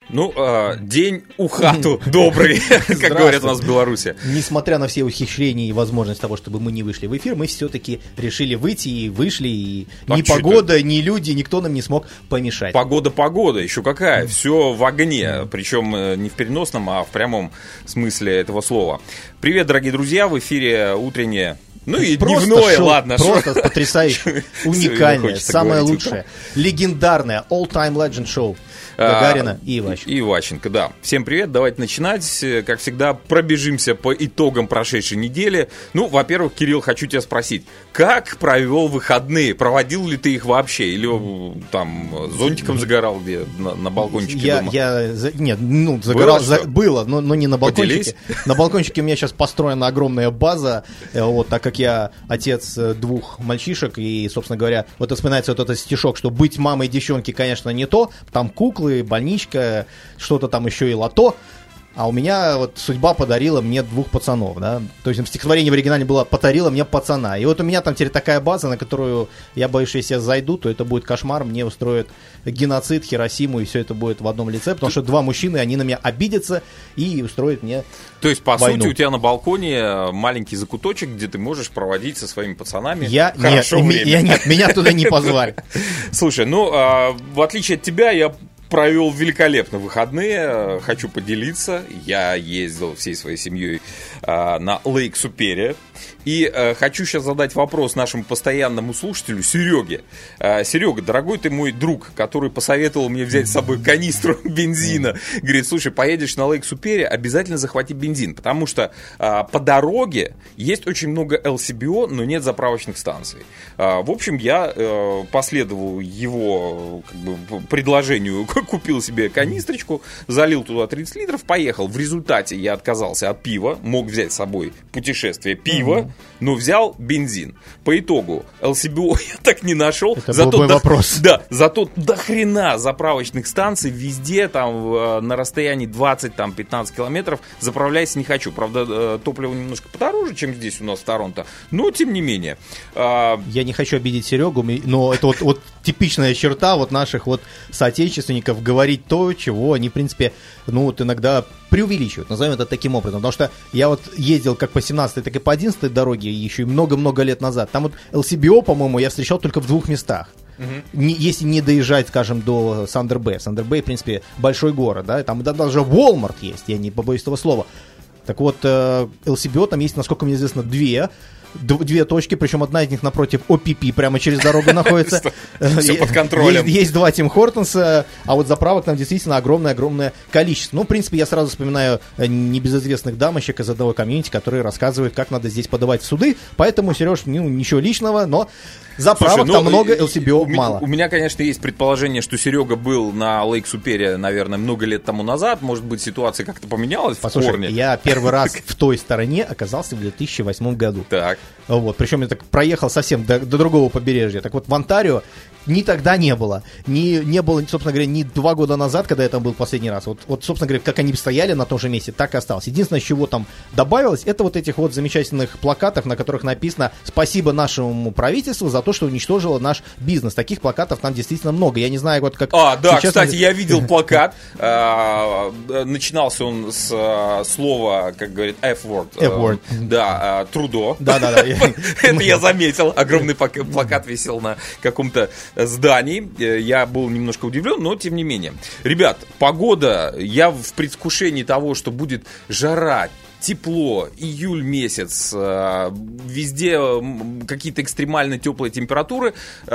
День ухату добрый, как говорят у нас в Беларуси. Несмотря на все ухищрения и возможность того, чтобы мы не вышли в эфир, мы все-таки решили выйти и вышли, и ни погода, ни люди, никто нам не смог помешать. Погода, еще какая, все в огне, причем не в переносном, а в прямом смысле этого слова. Привет, дорогие друзья, в эфире утреннее... и просто дневное, шоу, ладно. Просто потрясающе, уникальное, самое лучшее, легендарное, all-time legend шоу Гагарина и Иващенко. И Иващенко, да. Всем привет, давайте начинать. Как всегда, пробежимся по итогам прошедшей недели. Во-первых, Кирилл, хочу тебя спросить, как провел выходные? Проводил ли ты их вообще? Или там зонтиком загорал где? На балкончике дома? Загорал, было, но не на балкончике. На балкончике у меня сейчас построена огромная база, так как я отец двух мальчишек, и, собственно говоря, вспоминается этот стишок, что быть мамой девчонки, конечно, не то, там куклы, больничка, что-то там еще и лото. А у меня судьба подарила мне двух пацанов, да. То есть стихотворение в оригинале было «подарила мне пацана». И у меня там теперь такая база, на которую я боюсь, что если я зайду, то это будет кошмар. Мне устроят геноцид, Хиросиму, и все это будет в одном лице. Потому что два мужчины, они на меня обидятся и устроят мне То есть, по войну. сути, у тебя на балконе маленький закуточек, где ты можешь проводить со своими пацанами время. Меня туда не позвали. Слушай, в отличие от тебя, я провел великолепно выходные, хочу поделиться. Я ездил всей своей семьей на Лейк Суперия. И хочу сейчас задать вопрос нашему постоянному слушателю Сереге. Серега, дорогой ты мой друг, который посоветовал мне взять с собой канистру бензина. Говорит, слушай, поедешь на Лейк Суперия, обязательно захвати бензин. Потому что по дороге есть очень много LCBO, но нет заправочных станций. В общем, я последовал его предложению, купил себе канистрочку, залил туда 30 литров, поехал. В результате я отказался от пива, мог взять с собой путешествие пива, но взял бензин. По итогу LCBO я так не нашел. Это был мой вопрос. Да, зато до хрена заправочных станций везде, там на расстоянии 20-15 километров заправляйся не хочу. Правда, топливо немножко подороже, чем здесь у нас в Торонто, но тем не менее. Я не хочу обидеть Серегу, но это типичная черта наших соотечественников говорить то, чего они, в принципе, иногда преувеличивают, назовем это таким образом. Потому что я ездил как по 17-й, так и по 11-й дороге еще и много-много лет назад. Там LCBO, по-моему, я встречал только в двух местах. Если не доезжать, скажем, до Сандер-Бэй. Сандер-Бэй, в принципе, большой город, да, там даже Walmart есть, я не побоюсь этого слова. Так LCBO там есть, насколько мне известно, две точки, причем одна из них напротив ОПП, прямо через дорогу находится. Все под контролем. Есть два Тим Хортонса, а заправок там действительно огромное количество. В принципе, я сразу вспоминаю небезызвестных дамочек из одного комьюнити, которые рассказывают, как надо здесь подавать в суды. Поэтому, Сереж, ничего личного, но заправок там много, LCBO мало. У меня, конечно, есть предположение, что Серега был на Лейк Суперия, наверное, много лет тому назад. Может быть, ситуация как-то поменялась в корне. Послушай, я первый раз в той стороне оказался в 2008 году. Так. Причем я так проехал совсем до другого побережья. Так в Онтарио ни тогда не было. Не было, собственно говоря, ни 2 года назад, когда я там был последний раз. Собственно говоря, как они стояли на том же месте, так и осталось. Единственное, чего там добавилось, это этих замечательных плакатов, на которых написано «Спасибо нашему правительству за то, что уничтожило наш бизнес». Таких плакатов там действительно много. Я не знаю, как сейчас... кстати, я видел плакат. Начинался он с слова, как говорит, F-word. Да, Трудо. Да. Это я заметил. Огромный плакат висел на каком-то здании. Я был немножко удивлен, но тем не менее. Ребят, погода. Я в предвкушении того, что будет жара, тепло, июль месяц, везде какие-то экстремально теплые температуры.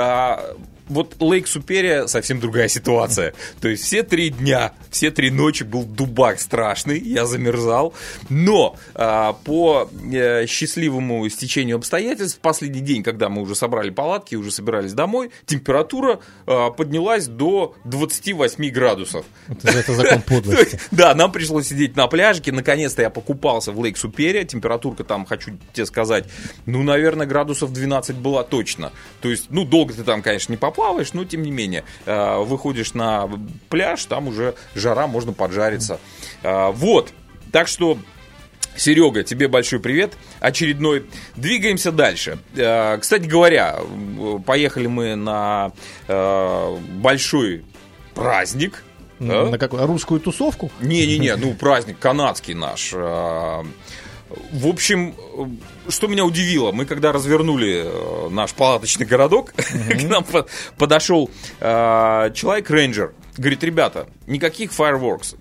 Лейк Суперия совсем другая ситуация. То есть все 3 дня, все 3 ночи был дубак страшный, я замерзал. Но по счастливому стечению обстоятельств, в последний день, когда мы уже собрали палатки, уже собирались домой, температура поднялась до 28 градусов. Это закон подлости. Да, нам пришлось сидеть на пляжике. Наконец-то я покупался в Лейк Суперия. Температурка там, хочу тебе сказать, наверное, градусов 12 была точно. То есть, долго ты там, конечно, не плаваешь, но тем не менее выходишь на пляж, там уже жара, можно поджариться. Так что, Серега, тебе большой привет очередной. Двигаемся дальше. Кстати говоря, поехали мы на большой праздник. На какую? Русскую тусовку? Не-не-не, ну праздник канадский наш. В общем, что меня удивило, мы когда развернули наш палаточный городок, к нам подошел человек-рейнджер, говорит: ребята, никаких fireworks.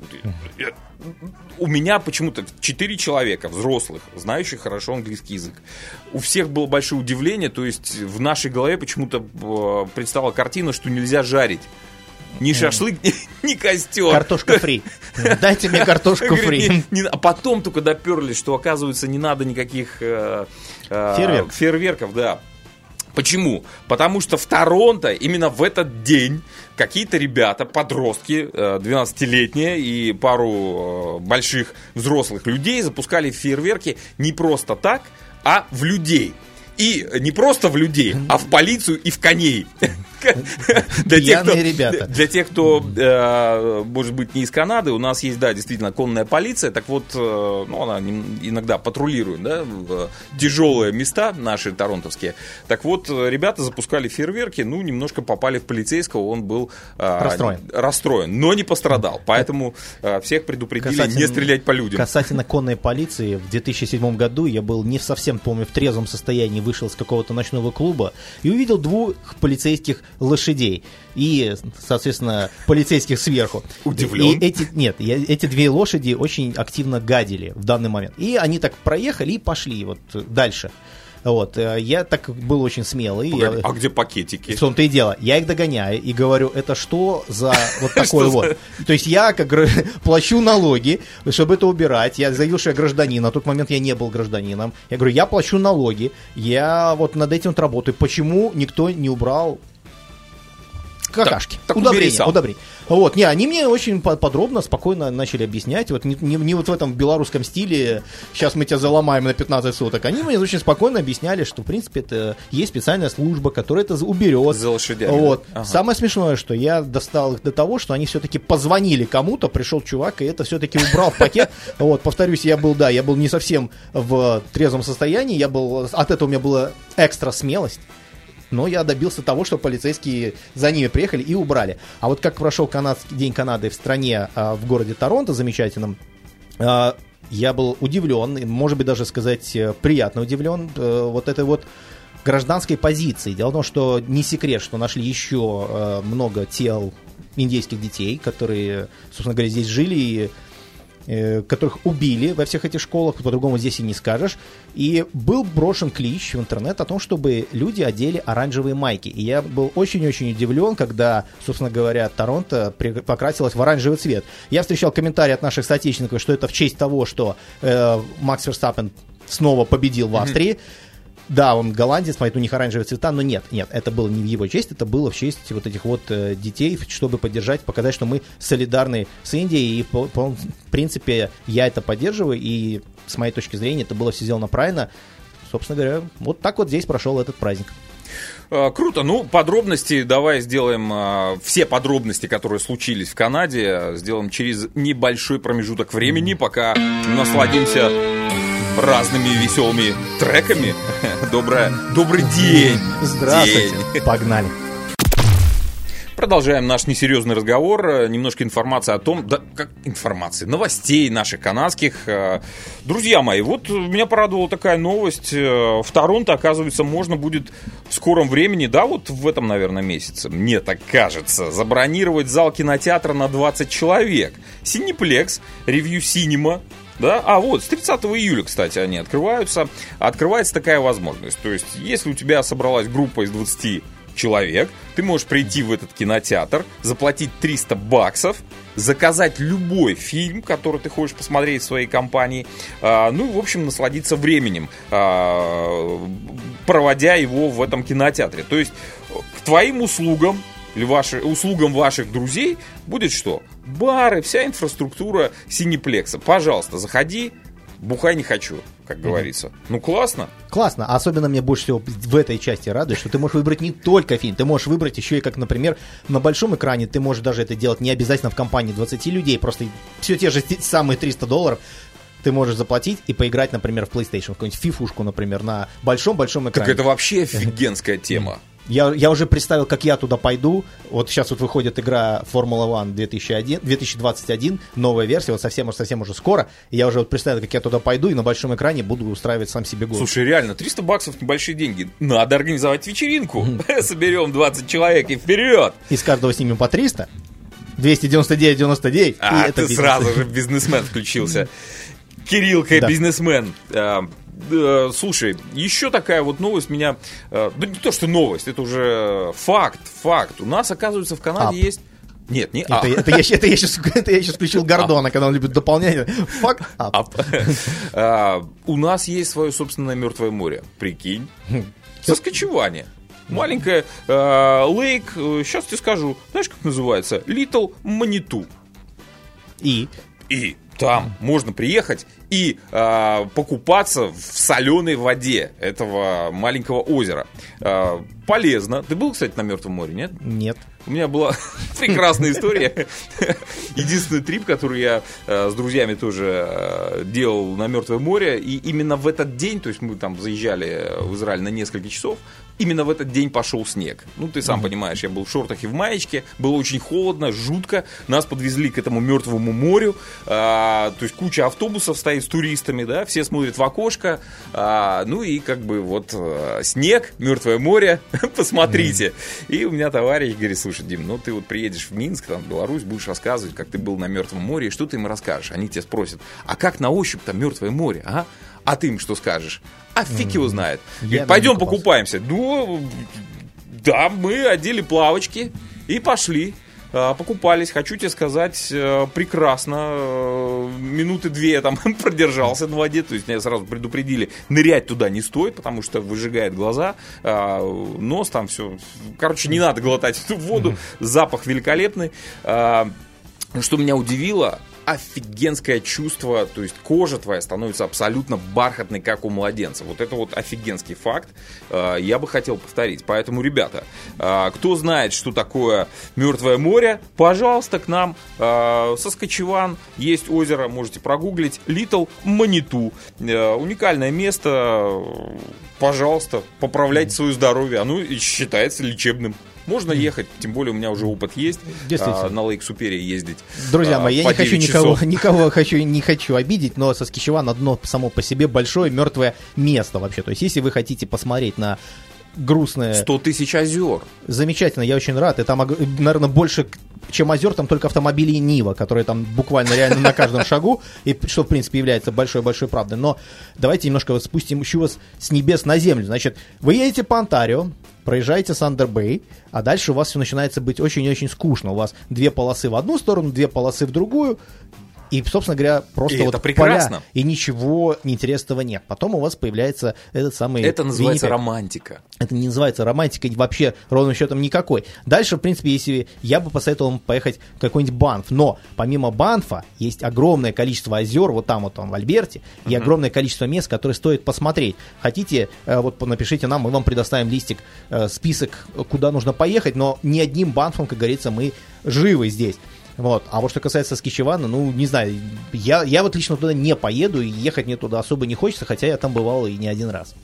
У меня почему-то 4 человека, взрослых, знающих хорошо английский язык. У всех было большое удивление, то есть в нашей голове почему-то предстала картина, что нельзя жарить. Ни шашлык, ни костер. Картошка фри. Дайте мне картошку фри. А потом только доперлись, что, оказывается, не надо никаких фейерверков, да. Почему? Потому что в Торонто именно в этот день какие-то ребята, подростки, 12-летние и пару больших взрослых людей запускали фейерверки не просто так, а в людей. И не просто в людей, а в полицию и в коней. Пьяные ребята. Для тех, кто, может быть, не из Канады, у нас есть, да, действительно, конная полиция. Так вот, ну, она иногда патрулирует, да, в тяжелые места наши торонтовские. Так вот, ребята запускали фейерверки, ну, немножко попали в полицейского, он был расстроен, но не пострадал. Поэтому всех предупредили не стрелять по людям. Касательно конной полиции, в 2007 году я был не совсем, помню, в трезвом состоянии, вышел из какого-то ночного клуба и увидел 2 полицейских лошадей и, соответственно, полицейских сверху. Удивлен? И эти 2 лошади очень активно гадили в данный момент. И они так проехали и пошли вот дальше. Вот. Я так был очень смелый. А где пакетики? В том-то и дело. Я их догоняю и говорю: это что за вот такое вот? То есть я как плачу налоги, чтобы это убирать. Я заявил, что я гражданин. На тот момент я не был гражданином. Я говорю: я плачу налоги. Я вот над этим вот работаю. Почему никто не убрал какашки? Удобрения. Вот, они мне очень подробно, спокойно начали объяснять. Вот не вот в этом белорусском стиле: сейчас мы тебя заломаем на 15 суток. Они мне очень спокойно объясняли, что, в принципе, это есть специальная служба, которая это уберет. За лошадями. Вот. Ага. Самое смешное, что я достал их до того, что они все-таки позвонили кому-то, пришел чувак и это все-таки убрал в пакет. Вот, повторюсь, я был не совсем в трезвом состоянии, от этого у меня была экстра смелость. Но я добился того, что полицейские за ними приехали и убрали. А вот как прошел День Канады в стране, в городе Торонто замечательном, я был удивлен, может быть, даже сказать, приятно удивлен вот этой вот гражданской позиции. Дело в том, что не секрет, что нашли еще много тел индейских детей, которые, собственно говоря, здесь жили и которых убили во всех этих школах, по-другому здесь и не скажешь. И был брошен клич в интернет о том, чтобы люди одели оранжевые майки. И я был очень-очень удивлен, когда, собственно говоря, Торонто покрасилось в оранжевый цвет. Я встречал комментарии от наших соотечественников, что это в честь того, что Макс Верстаппен снова победил в Австрии. Да, он голландец, поэтому у них оранжевые цвета, но нет, это было не в его честь, это было в честь вот этих вот детей, чтобы поддержать, показать, что мы солидарны с Индией, и в принципе я это поддерживаю, и с моей точки зрения это было все сделано правильно. Собственно говоря, вот так вот здесь прошел этот праздник. Круто. Ну, подробности давай сделаем, все подробности, которые случились в Канаде, сделаем через небольшой промежуток времени, пока насладимся разными веселыми треками. Добрый день. Здравствуйте. День. Погнали. Продолжаем наш несерьезный разговор. Немножко информации о том, новостей наших канадских. Друзья мои, вот меня порадовала такая новость. В Торонто, оказывается, можно будет в скором времени, да, вот в этом, наверное, месяце, мне так кажется, забронировать зал кинотеатра на 20 человек. Cineplex, Review Cinema. Да? А вот, с 30 июля, кстати, они открываются. Открывается такая возможность. То есть, если у тебя собралась группа из 20 человек, ты можешь прийти в этот кинотеатр, заплатить $300, заказать любой фильм, который ты хочешь посмотреть в своей компании, ну, в общем, насладиться временем, проводя его в этом кинотеатре. То есть, к твоим услугам или услугам ваших друзей будет что? Бары, вся инфраструктура Cineplex. Пожалуйста, заходи, бухай не хочу, как говорится. Ну, классно. Классно. Особенно мне больше всего в этой части радует, что ты можешь выбрать не только фильм, ты можешь выбрать еще и, как, например, на большом экране, ты можешь даже это делать не обязательно в компании 20 людей, просто все те же самые $300 ты можешь заплатить и поиграть, например, в PlayStation, в какую-нибудь фифушку, например, на большом-большом экране. Так это вообще офигенская тема. Я уже представил, как я туда пойду. Вот сейчас вот выходит игра Formula One 2021, новая версия, вот совсем уже скоро. И я уже вот представил, как я туда пойду и на большом экране буду устраивать сам себе гонку. Слушай, реально, $300 небольшие деньги. Надо организовать вечеринку. Соберем 20 человек и вперед. Из каждого снимем по 300. 299,99. А, ты сразу же бизнесмен включился. Кириллка, бизнесмен. Слушай, еще такая вот новость меня... Да не то, что новость, это уже факт. У нас, оказывается, в Канаде есть... Нет, не ап. Это я сейчас включил Гордона, когда он любит дополнять. Факт ап. У нас есть свое собственное Мертвое море. Прикинь. В Саскачеване. Маленькая лейк, сейчас тебе скажу, знаешь, как называется? Little Manitou. И там можно приехать и покупаться в соленой воде этого маленького озера. Полезно. Ты был, кстати, на Мертвом море, нет? Нет. У меня была прекрасная история. Единственный трип, который я с друзьями тоже делал на Мертвое море. И именно в этот день, то есть мы там заезжали в Израиль на несколько часов, именно в этот день пошел снег. Ну, ты сам понимаешь, я был в шортах и в маечке. Было очень холодно, жутко. Нас подвезли к этому Мертвому морю. То есть куча автобусов стоит с туристами, да, все смотрят в окошко. Ну и как бы вот снег, Мертвое море, посмотрите. И у меня товарищ говорит: слушай, Дим, ну ты вот приедешь в Минск, там, в Беларусь, будешь рассказывать, как ты был на Мертвом море, и что ты им расскажешь? Они тебя спросят: а как на ощупь там Мертвое море, а? А ты им что скажешь? А фиг его знает. Пойдем покупаемся. Ну, да, мы одели плавочки и пошли. Покупались, хочу тебе сказать, прекрасно. Минуты 2 я там продержался на воде. То есть меня сразу предупредили, нырять туда не стоит, потому что выжигает глаза, нос там все. Короче, не надо глотать эту воду. Запах великолепный. Что меня удивило, офигенское чувство, то есть кожа твоя становится абсолютно бархатной, как у младенца. Вот это вот офигенский факт, я бы хотел повторить. Поэтому, ребята, кто знает, что такое Мертвое море, пожалуйста, к нам. Саскачеван, есть озеро, можете прогуглить. Little Manitou. Уникальное место. Пожалуйста, поправляйте свое здоровье. Оно считается лечебным. Можно ехать, тем более у меня уже опыт есть на Лейк-Супере ездить. Друзья мои, я не хочу никого не хочу обидеть, но Саскачеван одно само по себе большое мертвое место вообще. То есть, если вы хотите посмотреть на грустное... 100 тысяч озер. Замечательно, я очень рад. И там, наверное, больше, чем озер, там только автомобили и Нива, которые там буквально реально на каждом шагу, и что, в принципе, является большой-большой правдой. Но давайте немножко спустим еще вас с небес на землю. Значит, вы едете по Онтарио, проезжаете Сандер-Бэй, а дальше у вас все начинается быть очень-очень скучно. У вас 2 полосы в одну сторону, 2 полосы в другую. И, собственно говоря, просто вот поля, и ничего интересного нет. Потом у вас появляется этот самый... Это называется романтика. Это не называется романтикой вообще ровным счетом никакой. Дальше, в принципе, если я бы посоветовал вам поехать в какой-нибудь Банф. Но помимо Банфа есть огромное количество озер, вот там в Альберте, и огромное количество мест, которые стоит посмотреть. Хотите, вот напишите нам, мы вам предоставим листик, список, куда нужно поехать, но ни одним Банфом, как говорится, мы живы здесь. Вот. А вот что касается Саскачевана, ну, не знаю, я вот лично туда не поеду, и ехать мне туда особо не хочется, хотя я там бывал и не один раз.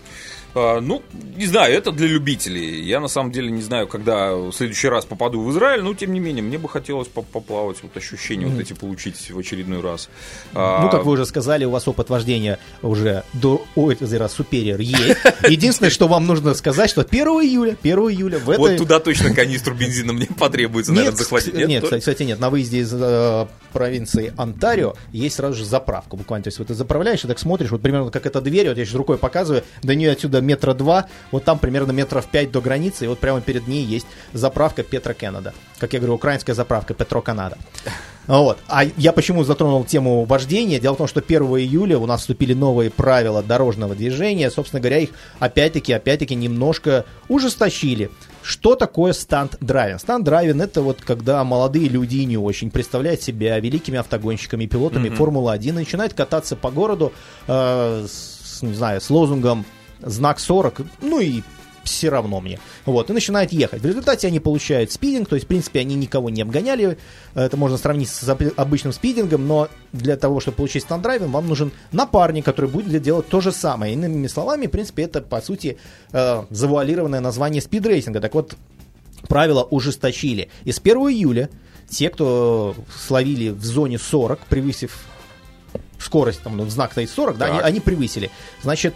Ну, не знаю, это для любителей. Я на самом деле не знаю, когда в следующий раз попаду в Израиль, но тем не менее, мне бы хотелось поплавать, вот ощущения вот эти получить в очередной раз. Ну, как вы уже сказали, у вас опыт вождения уже до озера Супериор есть. Единственное, что вам нужно сказать, что 1 июля в этой... Вот туда точно канистру бензина мне потребуется, наверное, захватить. Нет, кстати, нет. На выезде из провинции Онтарио есть сразу же заправка буквально. То есть вот ты заправляешь и так смотришь, вот примерно как эта дверь, вот я сейчас рукой показываю, до нее отсюда 2 метра, вот там примерно 5 метров до границы, и вот прямо перед ней есть заправка Петро-Канада. Как я говорю, украинская заправка Петро-Канада. Вот. А я почему затронул тему вождения? Дело в том, что 1 июля у нас вступили новые правила дорожного движения. Собственно говоря, их опять-таки немножко ужесточили. Что такое станд-драйвинг? Станд-драйвинг — это вот когда молодые люди не очень представляют себя великими автогонщиками, пилотами Формулы-1 и начинают кататься по городу не знаю, с лозунгом «Знак 40», ну и все равно мне. Вот, и начинают ехать. В результате они получают спидинг, то есть, в принципе, они никого не обгоняли. Это можно сравнить с обычным спидингом, но для того, чтобы получить станд-драйвинг, вам нужен напарник, который будет делать то же самое. Иными словами, в принципе, это, по сути, завуалированное название спидрейсинга. Так вот, правила ужесточили. И с 1 июля те, кто словили в зоне 40, превысив скорость, там, знак стоит 40, да, они превысили. Значит,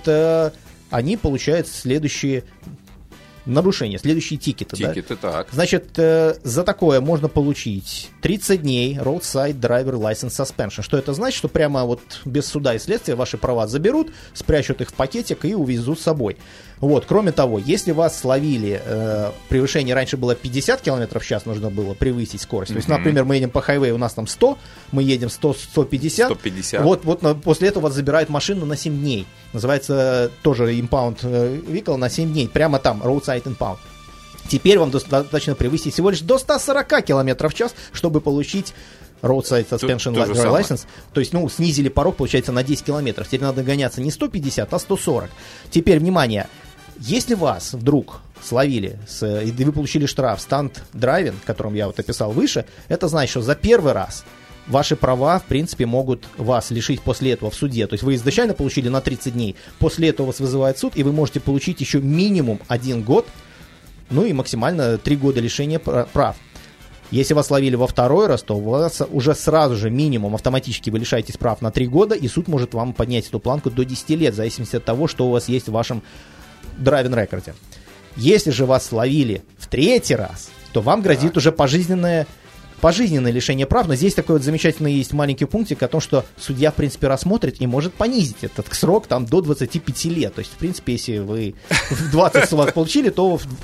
они получают следующие нарушения, следующие тикеты. Тикеты, да? так. Значит, за такое можно получить 30 дней Roadside Driver License Suspension. Что это значит? Что прямо вот без суда и следствия ваши права заберут, спрячут их в пакетик и увезут с собой. Вот. Кроме того, если вас словили, превышение раньше было 50 км в час, нужно было превысить скорость. То есть, например, мы едем по хайвею, у нас там 100, мы едем 100-150. 150. Вот после этого вас забирают машину на 7 дней. Называется тоже impound vehicle на 7 дней. Прямо там, roadside impound. Теперь вам достаточно превысить всего лишь до 140 км в час, чтобы получить Roadside Suspension License. То есть, снизили порог, получается, на 10 километров. Теперь надо гоняться не 150, а 140. Теперь, внимание, если вас вдруг словили, и вы получили штраф станд-драйвинг, которым я вот описал выше, это значит, что за первый раз ваши права, в принципе, могут вас лишить после этого в суде. То есть вы изначально получили на 30 дней, после этого вас вызывает суд, и вы можете получить еще минимум 1 год, и максимально 3 года лишения прав. Если вас ловили во второй раз, то у вас уже сразу же минимум автоматически вы лишаетесь прав на 3 года, и суд может вам поднять эту планку до 10 лет, в зависимости от того, что у вас есть в вашем драйвинг-рекорде. Если же вас словили в 3-й раз, то вам грозит уже пожизненное лишение прав. Но здесь такой вот замечательный есть маленький пунктик о том, что судья, в принципе, рассмотрит и может понизить этот срок там до 25 лет. То есть, в принципе, если вы в 20 вас получили, то в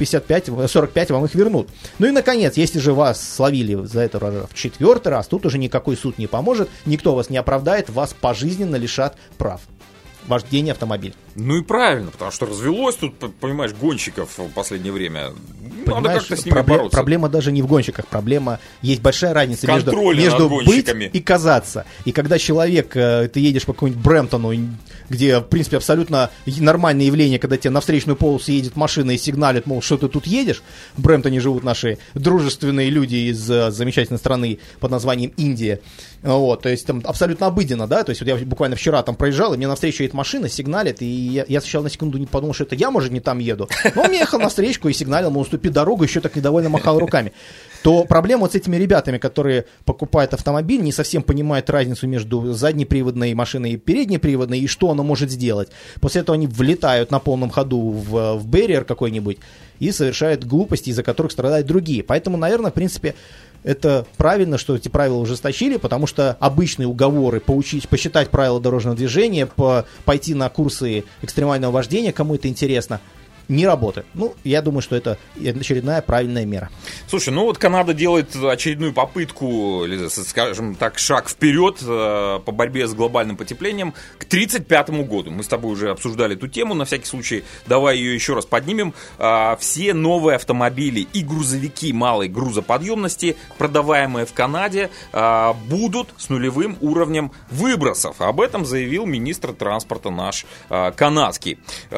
45 вам их вернут. Ну и, наконец, если же вас словили за это в 4-й раз, тут уже никакой суд не поможет, никто вас не оправдает, вас пожизненно лишат прав вождения автомобиля. Ну и правильно, потому что развелось тут, понимаешь, гонщиков в последнее время. Надо как-то с ними бороться. Проблема даже не в гонщиках, есть большая разница между быть и казаться. И когда человек, ты едешь по какому-нибудь Брэмптону, где, в принципе, абсолютно нормальное явление, когда тебе на встречную полосу едет машина и сигналит, мол, что ты тут едешь. В Брэмптоне живут наши дружественные люди из замечательной страны под названием Индия. Вот, то есть там абсолютно обыденно, да, то есть вот я буквально вчера там проезжал, и мне навстречу едет машина, сигналит, и я сначала на секунду не подумал, что это я, может, не там еду, но он мне ехал навстречу и сигналил, мол, уступи дорогу, еще так недовольно махал руками. То проблема вот с этими ребятами, которые покупают автомобиль, не совсем понимают разницу между заднеприводной машиной и переднеприводной, и что она может сделать. После этого они влетают на полном ходу в барьер какой-нибудь и совершают глупости, из-за которых страдают другие. Поэтому, наверное, в принципе, это правильно, что эти правила ужесточили, потому что обычные уговоры посчитать правила дорожного движения, пойти на курсы экстремального вождения, кому это интересно, не работает. Я думаю, что это очередная правильная мера. Слушай, вот Канада делает очередную попытку, или, скажем так, шаг вперед по борьбе с глобальным потеплением к 1935 году. Мы с тобой уже обсуждали эту тему, на всякий случай давай ее еще раз поднимем. Все новые автомобили и грузовики малой грузоподъемности, продаваемые в Канаде, будут с нулевым уровнем выбросов. Об этом заявил министр транспорта наш канадский.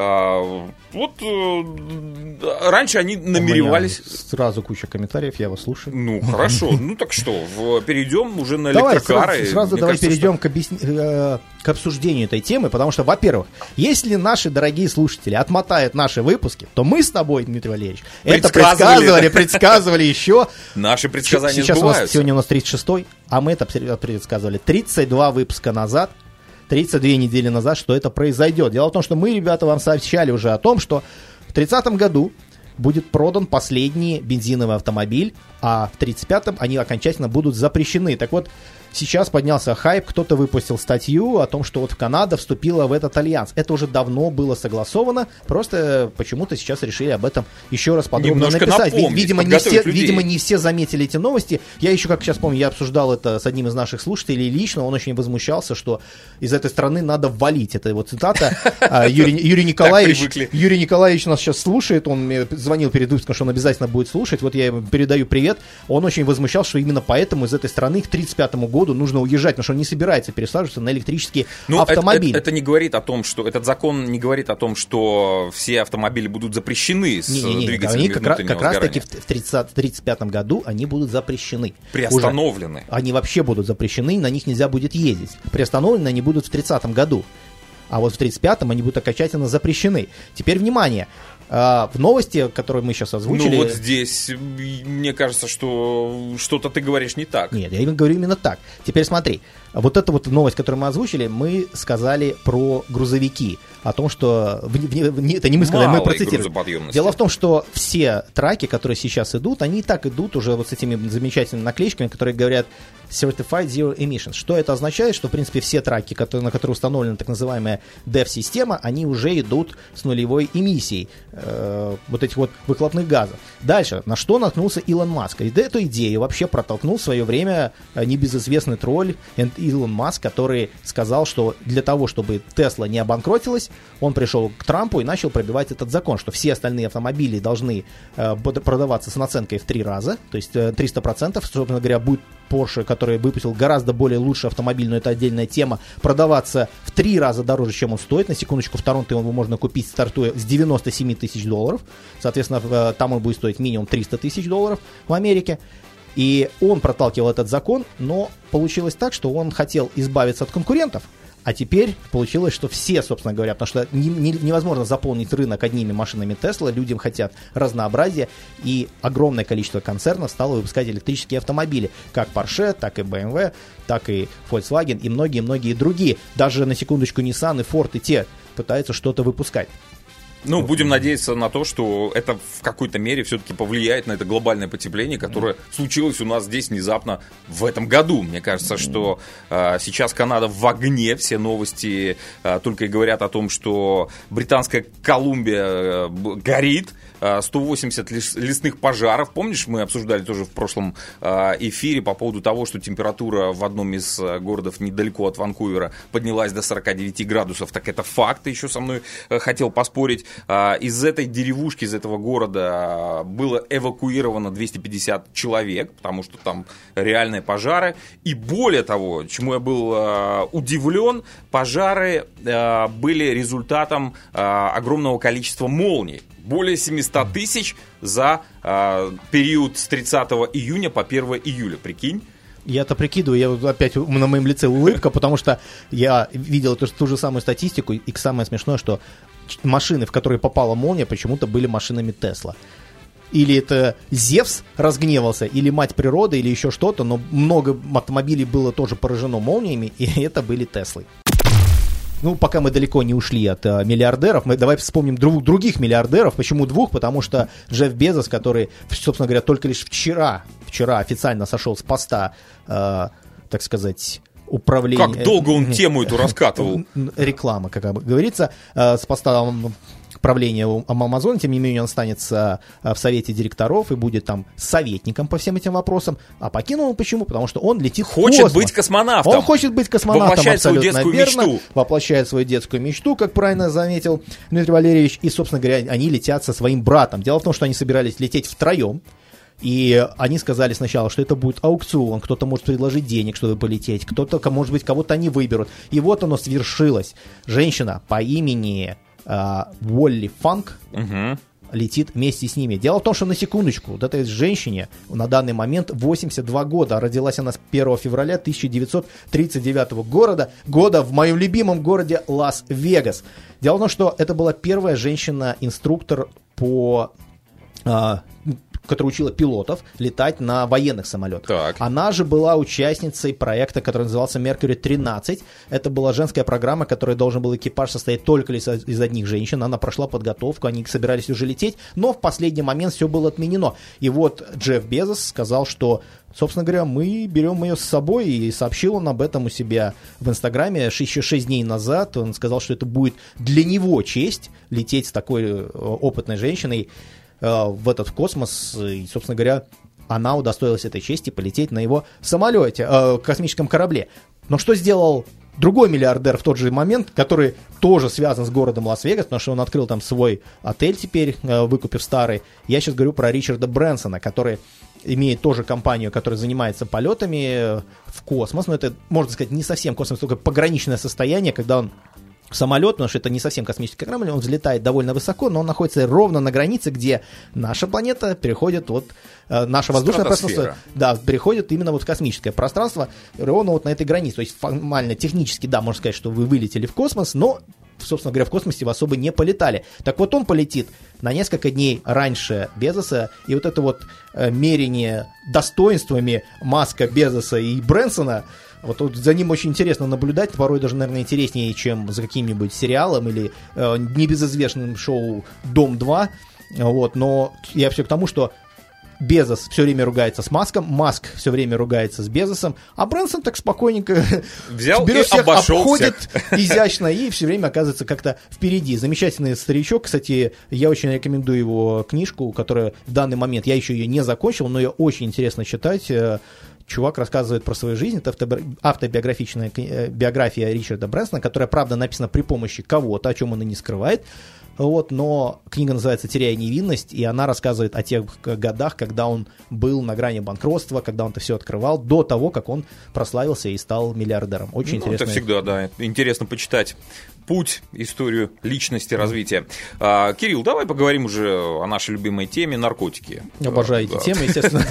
Раньше они намеревались... Сразу куча комментариев, я вас слушаю. Хорошо. Так что, перейдем уже на электрокары. Давай перейдем к обсуждению этой темы, потому что, во-первых, если наши дорогие слушатели отмотают наши выпуски, то мы с тобой, Дмитрий Валерьевич, это предсказывали еще. Наши предсказания сбываются. Сегодня у нас 36-й, а мы это предсказывали 32 выпуска назад. 32 недели назад, что это произойдет. Дело в том, что мы, ребята, вам сообщали уже о том, что в 30-м году будет продан последний бензиновый автомобиль, а в 35-м они окончательно будут запрещены. Так вот, сейчас поднялся хайп, кто-то выпустил статью о том, что вот Канада вступила в этот альянс. Это уже давно было согласовано, просто почему-то сейчас решили об этом еще раз подробно написать. Видимо, не все заметили эти новости. Я еще, как сейчас помню, я обсуждал это с одним из наших слушателей лично, он очень возмущался, что из этой страны надо валить. Это его цитата. Юрий Николаевич нас сейчас слушает, он мне звонил перед выпуском, что он обязательно будет слушать. Вот я ему передаю привет. Он очень возмущался, что именно поэтому из этой страны к 1935 году году нужно уезжать, потому что он не собирается пересаживаться на электрические автомобили. Это не говорит о том, что этот закон не говорит о том, что все автомобили будут запрещены с двигателями внутреннего сгорания. Как раз таки в 1935 году они будут запрещены. Приостановлены. Они вообще будут запрещены, на них нельзя будет ездить. Приостановлены они будут в 30 году. А вот в 35-м они будут окончательно запрещены. Теперь внимание. В новости, которые мы сейчас озвучили... Ну вот здесь, мне кажется, что что-то ты говоришь не так. Нет, я говорю именно так. Теперь смотри. Вот эта вот новость, которую мы озвучили, мы сказали про грузовики. О том, что... Это не мы сказали, мы процитировали. Дело в том, что все траки, которые сейчас идут, они и так идут уже вот с этими замечательными наклеечками, которые говорят Certified Zero Emissions. Что это означает? Что, в принципе, все траки, на которые установлена так называемая DEF-система, они уже идут с нулевой эмиссией вот этих вот выхлопных газов. Дальше, на что наткнулся Илон Маск? И эту идею вообще протолкнул в свое время небезызвестный тролль Илон Маск, который сказал, что для того, чтобы Тесла не обанкротилась, он пришел к Трампу и начал пробивать этот закон, что все остальные автомобили должны продаваться с наценкой в 3 раза, то есть 300%, собственно говоря, будет Porsche, который выпустил гораздо более лучший автомобиль, но это отдельная тема, продаваться в 3 раза дороже, чем он стоит. На секундочку, в Торонто его можно купить, стартуя с $97 тысяч. Соответственно, там он будет стоить минимум $300 тысяч в Америке. И он проталкивал этот закон, но получилось так, что он хотел избавиться от конкурентов. А теперь получилось, что все, собственно говоря, потому что невозможно заполнить рынок одними машинами Tesla, людям хотят разнообразия, и огромное количество концернов стало выпускать электрические автомобили, как Porsche, так и BMW, так и Volkswagen и многие-многие другие. Даже, на секундочку, Nissan и Ford и те пытаются что-то выпускать. Ну, будем надеяться на то, что это в какой-то мере все-таки повлияет на это глобальное потепление, которое случилось у нас здесь внезапно в этом году. Мне кажется, что сейчас Канада в огне, все новости только и говорят о том, что Британская Колумбия горит, 180 лесных пожаров. Помнишь, мы обсуждали тоже в прошлом эфире по поводу того, что температура в одном из городов недалеко от Ванкувера поднялась до 49 градусов. Так это факт, ты еще со мной хотел поспорить. Из этой деревушки, из этого города было эвакуировано 250 человек, потому что там реальные пожары. И более того, чему я был удивлен, пожары были результатом огромного количества молний. Более 700 тысяч за период с 30 июня по 1 июля, прикинь. Я-то прикидываю, опять на моем лице улыбка, потому что я видел ту же самую статистику, и самое смешное, что машины, в которые попала молния, почему-то были машинами Тесла. Или это Зевс разгневался, или мать природы, или еще что-то, но много автомобилей было тоже поражено молниями, и это были Теслы. Ну, пока мы далеко не ушли от миллиардеров, мы давай вспомним других миллиардеров. Почему двух? Потому что Джефф Безос, который, собственно говоря, только лишь вчера официально сошел с поста, так сказать, управления... Как долго он тему эту раскатывал? Реклама, как говорится, с поста правления Amazon, тем не менее он останется в совете директоров и будет там советником по всем этим вопросам. А покинул он почему? Потому что он летит в космос. Хочет быть космонавтом. Он хочет быть космонавтом, воплощает свою абсолютно детскую верно. мечту. Воплощает свою детскую мечту, как правильно заметил Дмитрий Валерьевич. И, собственно говоря, они летят со своим братом. Дело в том, что они собирались лететь втроем. И они сказали сначала, что это будет аукцион, кто-то может предложить денег, чтобы полететь, кто-то, может быть, кого-то они выберут. И вот оно свершилось. Женщина по имени Уолли Фанк летит вместе с ними. Дело в том, что на секундочку, вот этой женщине на данный момент 82 года. Родилась она с 1 февраля 1939 года в моем любимом городе Лас-Вегас. Дело в том, что это была первая женщина-инструктор которая учила пилотов летать на военных самолетах. Так. Она же была участницей проекта, который назывался Mercury 13. Это была женская программа, которой должен был экипаж состоять только лишь из одних женщин. Она прошла подготовку, они собирались уже лететь, но в последний момент все было отменено. И вот Джефф Безос сказал, что, собственно говоря, мы берем ее с собой, и сообщил он об этом у себя в Инстаграме еще 6 дней назад. Он сказал, что это будет для него честь лететь с такой опытной женщиной в этот космос, и, собственно говоря, она удостоилась этой чести полететь на его самолете, космическом корабле. Но что сделал другой миллиардер в тот же момент, который тоже связан с городом Лас-Вегас, потому что он открыл там свой отель теперь, выкупив старый. Я сейчас говорю про Ричарда Брэнсона, который имеет тоже компанию, которая занимается полетами в космос. Но это, можно сказать, не совсем космос, только пограничное состояние, когда он самолет, потому что это не совсем космический корабль, он взлетает довольно высоко, но он находится ровно на границе, где наша планета переходит вот, наше воздушное пространство, да, переходит именно вот в космическое пространство, ровно вот на этой границе. То есть формально, технически, да, можно сказать, что вы вылетели в космос, но, собственно говоря, в космосе вы особо не полетали. Так вот, он полетит на несколько дней раньше Безоса, и вот это вот мерение достоинствами Маска, Безоса и Брэнсона, вот за ним очень интересно наблюдать, порой даже, наверное, интереснее, чем за каким-нибудь сериалом или небезызвестным шоу «Дом-2». Вот, но я все к тому, что Безос все время ругается с Маском, Маск все время ругается с Безосом, а Брэнсон так спокойненько взял берет и всех, обошел обходит всех. изящно и все время оказывается как-то впереди. Замечательный старичок, кстати, я очень рекомендую его книжку, которая в данный момент, я еще ее не закончил, но ее очень интересно читать. Чувак рассказывает про свою жизнь, это автобиографичная биография Ричарда Брэнсона, которая, правда, написана при помощи кого-то, о чем он и не скрывает. Вот, но книга называется «Теряя невинность», и она рассказывает о тех годах, когда он был на грани банкротства, когда он это все открывал, до того, как он прославился и стал миллиардером. Очень интересно. Это всегда, да, интересно почитать путь, историю личности, развития. Кирилл, давай поговорим уже о нашей любимой теме — наркотики. Обожаю эти темы, естественно.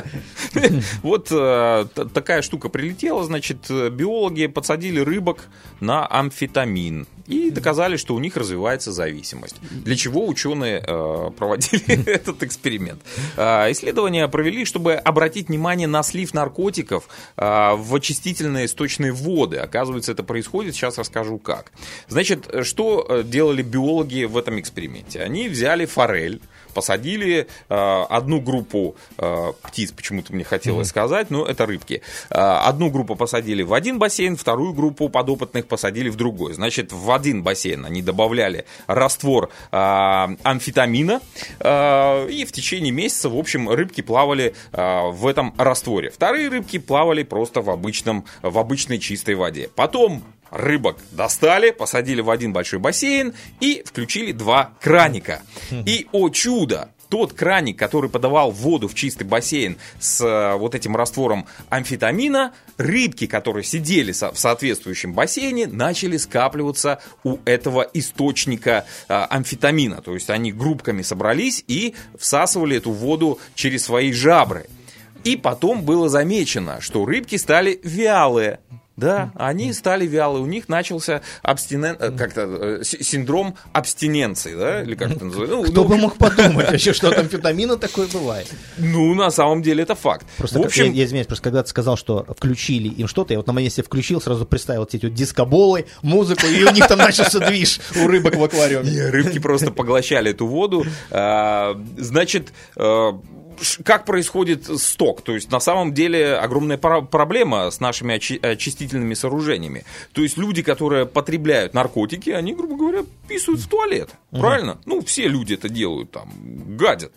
Вот такая штука прилетела, значит, биологи подсадили рыбок на амфетамин и доказали, что у них развивается зависимость. Для чего ученые проводили этот эксперимент? Исследования провели, чтобы обратить внимание на слив наркотиков в очистительные сточные воды. Оказывается, это происходит, сейчас расскажу как. Значит, что делали биологи в этом эксперименте? Они взяли форель, посадили одну группу птиц, почему-то мне хотелось сказать, но это рыбки. Одну группу посадили в один бассейн, вторую группу подопытных посадили в другой. Значит, в один бассейн они добавляли раствор амфетамина, и в течение месяца, в общем, рыбки плавали в этом растворе. Вторые рыбки плавали просто в обычной чистой воде. Потом рыбок достали, посадили в один большой бассейн и включили 2 краника. И, о чудо, тот краник, который подавал воду в чистый бассейн с вот этим раствором амфетамина, рыбки, которые сидели в соответствующем бассейне, начали скапливаться у этого источника амфетамина. То есть они группками собрались и всасывали эту воду через свои жабры. И потом было замечено, что рыбки стали вялые. Да, они стали вялые, у них начался синдром абстиненции, да, или как это называется? Кто бы мог подумать вообще, что от амфетамина такое бывает? Ну, на самом деле это факт. Просто, в общем, я извиняюсь, просто когда ты сказал, что включили им что-то, я вот на моменте включил, сразу представил эти вот дискоболы, музыку, и у них там начался движ у рыбок в аквариуме. Не, рыбки просто поглощали эту воду. Значит, как происходит сток? То есть, на самом деле, огромная проблема с нашими очистительными сооружениями. То есть, люди, которые потребляют наркотики, они, грубо говоря, писают в туалет. Правильно? Ну, все люди это делают, там, гадят.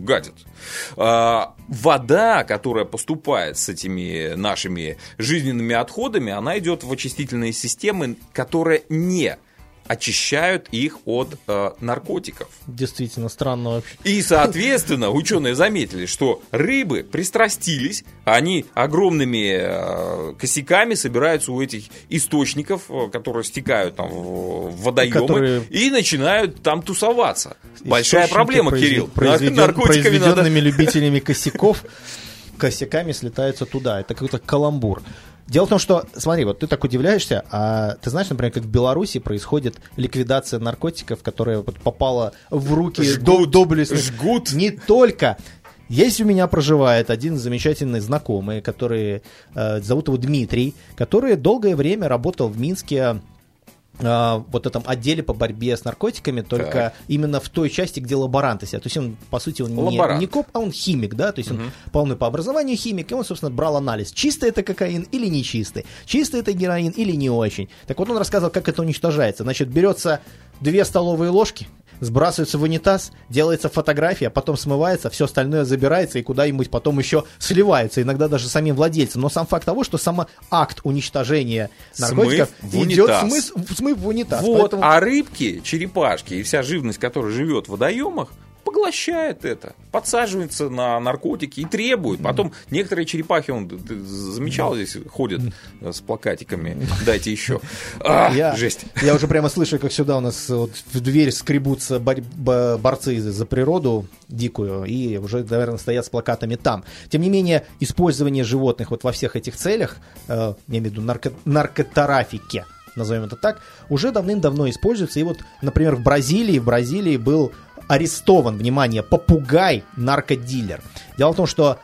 Вода, которая поступает с этими нашими жизненными отходами, она идет в очистительные системы, которые не очищают их от наркотиков. Действительно, странно вообще. И, соответственно, ученые заметили, что рыбы пристрастились, они огромными косяками собираются у этих источников, которые стекают там в водоемы, и начинают там тусоваться. Большая проблема, Кирилл. Произведенными любителями косяками слетаются туда. Это какой-то каламбур. Дело в том, что, смотри, вот ты так удивляешься, а ты знаешь, например, как в Беларуси происходит ликвидация наркотиков, которая вот попала в руки доблестных. Жгут. Не только. Есть у меня проживает один замечательный знакомый, который зовут его Дмитрий, который долгое время работал в Минске вот этом отделе по борьбе с наркотиками, только именно в той части, где лаборанты сидят. То есть он, по сути, он не коп, а он химик, да, то есть он полный по образованию химик, и он, собственно, брал анализ, чистый это кокаин или не чистый, чистый это героин или не очень. Так вот он рассказывал, как это уничтожается. Значит, берется 2 столовые ложки, сбрасывается в унитаз, делается фотография, потом смывается, все остальное забирается и куда-нибудь потом еще сливается, иногда даже самим владельцем. Но сам факт того, что сам акт уничтожения наркотиков идет смыв в унитаз. Вот, поэтому... А рыбки, черепашки и вся живность, которая живет в водоемах, поглощает это, подсаживается на наркотики и требует. Потом некоторые черепахи, ты замечал, здесь ходят с плакатиками, дайте еще. Жесть. Я уже прямо слышу, как сюда у нас вот в дверь скребутся борцы за природу дикую, и уже, наверное, стоят с плакатами там. Тем не менее, использование животных вот во всех этих целях, я имею в виду наркотрафике, назовем это так, уже давным-давно используется. И вот, например, в Бразилии был арестован, внимание, попугай-наркодилер. Дело в том, что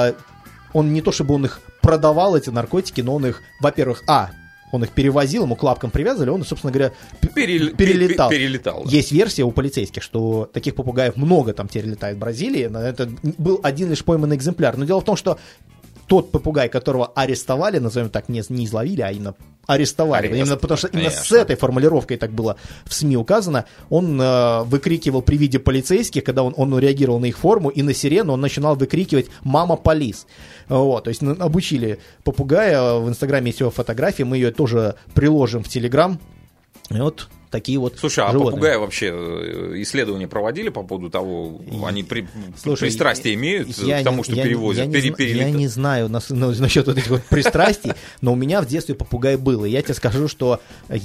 он не то чтобы он их продавал, эти наркотики, но он их, во-первых, он их перевозил, ему к лапкам привязывали, он, собственно говоря, перелетал. Да. Есть версия у полицейских, что таких попугаев много там теперь летает в Бразилии. Это был один лишь пойманный экземпляр. Но дело в том, что тот попугай, которого арестовали, назовем так, не изловили, а именно арестовали. Именно потому что именно с этой формулировкой так было в СМИ указано. Он выкрикивал при виде полицейских, когда он реагировал на их форму, и на сирену он начинал выкрикивать «Мама, полис!». Вот, то есть обучили попугая. В Инстаграме есть его фотографии, мы ее тоже приложим в Телеграм. И вот такие вот Слушай, животные. А попугаи вообще исследования проводили по поводу того, они пристрастие имеют к тому, что перевозят? Я не знаю насчет вот этих вот пристрастий, но у меня в детстве попугай был. И я тебе скажу, что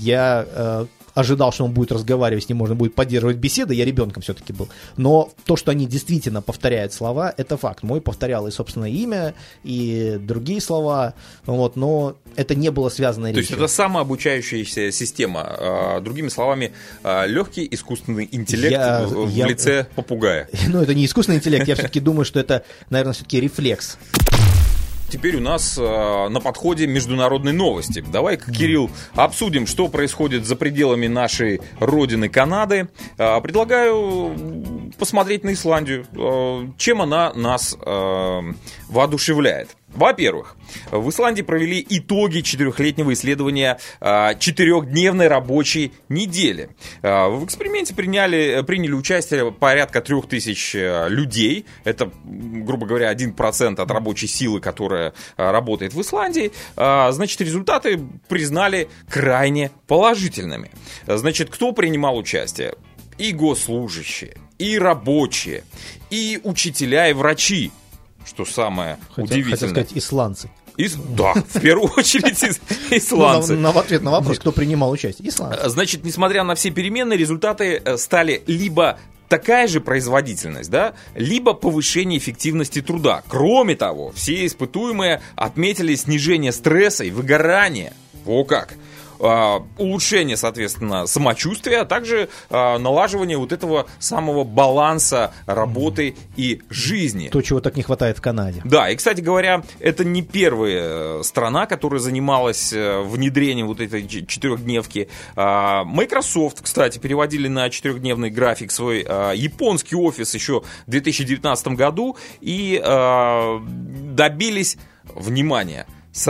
я ожидал, что он будет разговаривать, с ним можно будет поддерживать беседы, я ребенком все-таки был. Но то, что они действительно повторяют слова, это факт. Мой повторял и собственное имя, и другие слова, вот, но это не было связано речью. То есть это самообучающаяся система. Другими словами, легкий искусственный интеллект в лице попугая. Ну, это не искусственный интеллект, я все-таки думаю, что это, наверное, все-таки рефлекс. Теперь у нас на подходе международные новости. Давай-ка, Кирилл, обсудим, что происходит за пределами нашей родины Канады. Предлагаю посмотреть на Исландию. Чем она нас воодушевляет? Во-первых, в Исландии провели итоги 4-летнего исследования 4-дневной рабочей недели. В эксперименте приняли участие порядка 3000 людей. Это, грубо говоря, 1% от рабочей силы, которая работает в Исландии. Значит, результаты признали крайне положительными. Значит, кто принимал участие? И госслужащие, и рабочие, и учителя, и врачи. Что самое удивительное. Хотел сказать, исландцы. Да, в первую очередь исландцы. В ответ на вопрос, кто принимал участие. Исландцы. Значит, несмотря на все перемены, результаты стали либо такая же производительность, да, либо повышение эффективности труда. Кроме того, все испытуемые отметили снижение стресса и выгорания. Во как! Улучшение, соответственно, самочувствия, а также налаживание вот этого самого баланса работы и жизни. То, чего так не хватает в Канаде. Да, и, кстати говоря, это не первая страна, которая занималась внедрением вот этой 4-дневки. Microsoft, кстати, переводили на 4-дневный график свой японский офис еще в 2019 году и добились, внимания,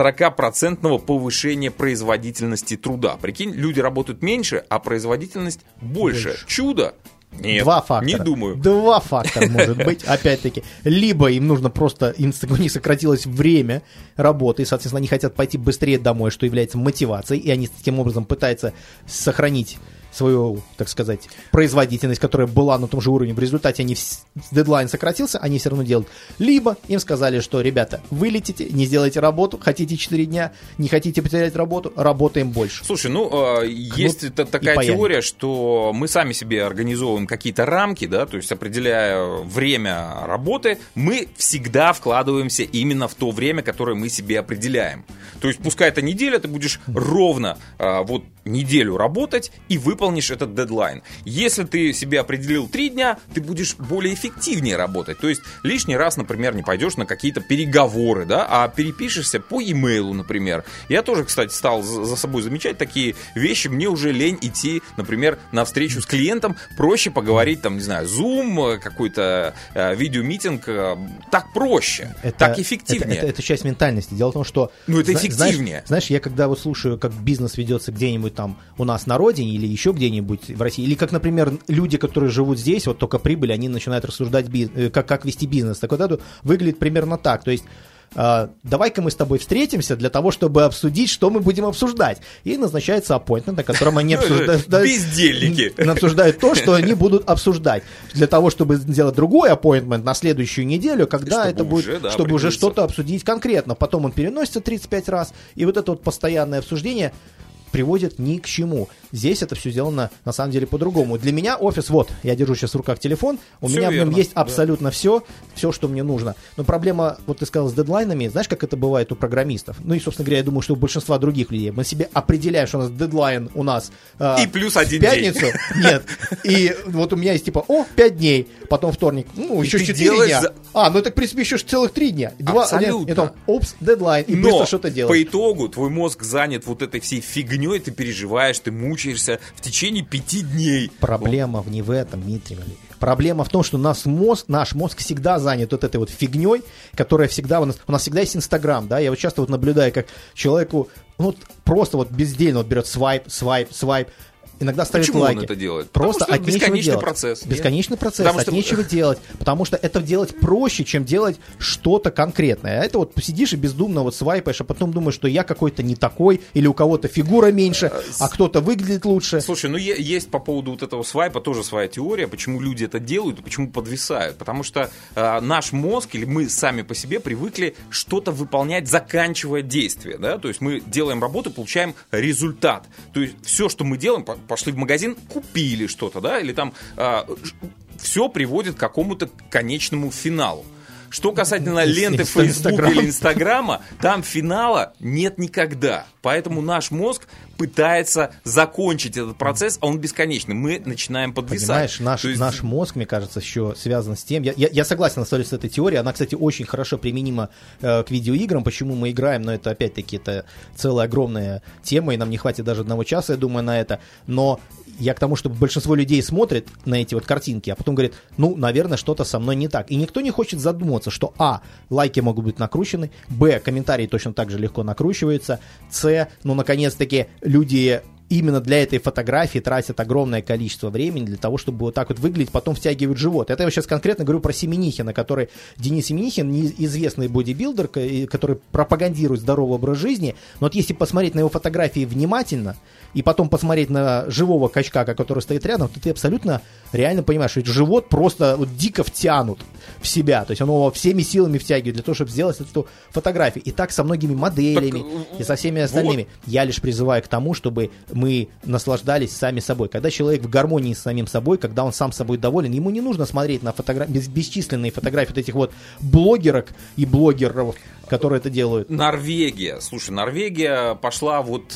40% повышения производительности труда. Прикинь, люди работают меньше, а производительность больше. Чудо? Нет, Два фактора. Не думаю. Два фактора может быть, опять-таки. Либо им нужно просто, у них сократилось время работы, и, соответственно, они хотят пойти быстрее домой, что является мотивацией, и они таким образом пытаются сохранить свою, так сказать, производительность, которая была на том же уровне. В результате они дедлайн сократился, они все равно делают. Либо им сказали, что, ребята, вы не сделаете работу, хотите 4 дня, не хотите потерять работу, работаем больше. Слушай, есть такая теория, что мы сами себе организовываем какие-то рамки, да, то есть определяя время работы, мы всегда вкладываемся именно в то время, которое мы себе определяем. То есть пускай это неделя, ты будешь ровно вот неделю работать и выполнишь этот дедлайн. Если ты себе определил 3 дня, ты будешь более эффективнее работать. То есть лишний раз, например, не пойдешь на какие-то переговоры, да, а перепишешься по e-mail, например. Я тоже, кстати, стал за собой замечать такие вещи. Мне уже лень идти, например, на встречу с клиентом. Проще поговорить, там, не знаю, Zoom, какой-то видеомитинг. Так проще, так эффективнее. Это часть ментальности. Дело в том, что... это эффективнее. Знаешь, я когда вот слушаю, как бизнес ведется где-нибудь там у нас на родине или еще где-нибудь в России. Или как, например, люди, которые живут здесь, вот только прибыли, они начинают рассуждать, как вести бизнес. Так вот это выглядит примерно так. То есть давай-ка мы с тобой встретимся для того, чтобы обсудить, что мы будем обсуждать. И назначается аппоинтмент, на котором они обсуждают... Бездельники. Обсуждают то, что они будут обсуждать. Для того, чтобы сделать другой аппоинтмент на следующую неделю, когда это будет... Чтобы уже что-то обсудить конкретно. Потом он переносится 35 раз. И вот это вот постоянное обсуждение приводит ни к чему. Здесь это все сделано на самом деле по-другому. Для меня офис, вот, я держу сейчас в руках телефон, у меня в нем есть абсолютно все, что мне нужно. Но проблема, вот ты сказал, с дедлайнами, знаешь, как это бывает у программистов? Ну и, собственно говоря, я думаю, что у большинства других людей. Мы себе определяем, что у нас дедлайн у нас и плюс один в пятницу. День. Нет. И вот у меня есть типа, 5 дней, потом вторник, еще 4 дня. Ну это, в принципе, еще целых 3 дня. Абсолютно. Дедлайн, и быстро что-то делать. По итогу твой мозг занят вот этой всей фигней, ты переживаешь, ты мучаешься в течение 5 дней. Проблема не в этом, Дмитрий Валерьевич. Проблема в том, что наш мозг всегда занят вот этой вот фигней, которая всегда... У нас всегда есть Инстаграм, да? Я вот часто вот наблюдаю, как человеку просто вот бездельно вот берет свайп. Иногда ставит Почему лайки. Он это делает? Просто Потому что от бесконечный нечего делать. процесс. Бесконечный процесс, нечего делать. Потому что это делать проще, чем делать что-то конкретное. А это вот посидишь и бездумно вот свайпаешь, а потом думаешь, что я какой-то не такой, или у кого-то фигура меньше, а кто-то выглядит лучше. Слушай, есть по поводу вот этого свайпа тоже своя теория, почему люди это делают и почему подвисают. Потому что наш мозг, или мы сами по себе привыкли что-то выполнять, заканчивая действие. Да? То есть мы делаем работу, получаем результат. То есть все, что мы делаем, пошли в магазин, купили что-то, да, или там все приводит к какому-то конечному финалу. Что касательно ленты Фейсбука или Инстаграма, там финала нет никогда. Поэтому наш мозг пытается закончить этот процесс, а он бесконечный. Мы начинаем подвисать. Понимаешь, наш мозг, мне кажется, еще связан с тем... Я согласен с этой теорией. Она, кстати, очень хорошо применима к видеоиграм. Почему мы играем? Но это, опять-таки, это целая огромная тема, и нам не хватит даже 1 часа, я думаю, на это. Но я к тому, что большинство людей смотрит на эти вот картинки, а потом говорит, наверное, что-то со мной не так. И никто не хочет задумываться, что лайки могут быть накручены, комментарии точно так же легко накручиваются, наконец-таки люди именно для этой фотографии тратят огромное количество времени для того, чтобы вот так вот выглядеть, потом втягивают живот. Это я сейчас конкретно говорю про Семенихина, который Денис Семенихин, известный бодибилдер, который пропагандирует здоровый образ жизни, но вот если посмотреть на его фотографии внимательно, и потом посмотреть на живого качка, который стоит рядом, то ты абсолютно реально понимаешь, что живот просто вот дико втянут в себя. То есть он его всеми силами втягивает для того, чтобы сделать эту фотографию. И так со многими моделями и со всеми остальными. Вот. Я лишь призываю к тому, чтобы мы наслаждались сами собой. Когда человек в гармонии с самим собой, когда он сам собой доволен, ему не нужно смотреть на бесчисленные фотографии вот этих вот блогерок и блогеров, которые это делают. Норвегия. Слушай, Норвегия пошла вот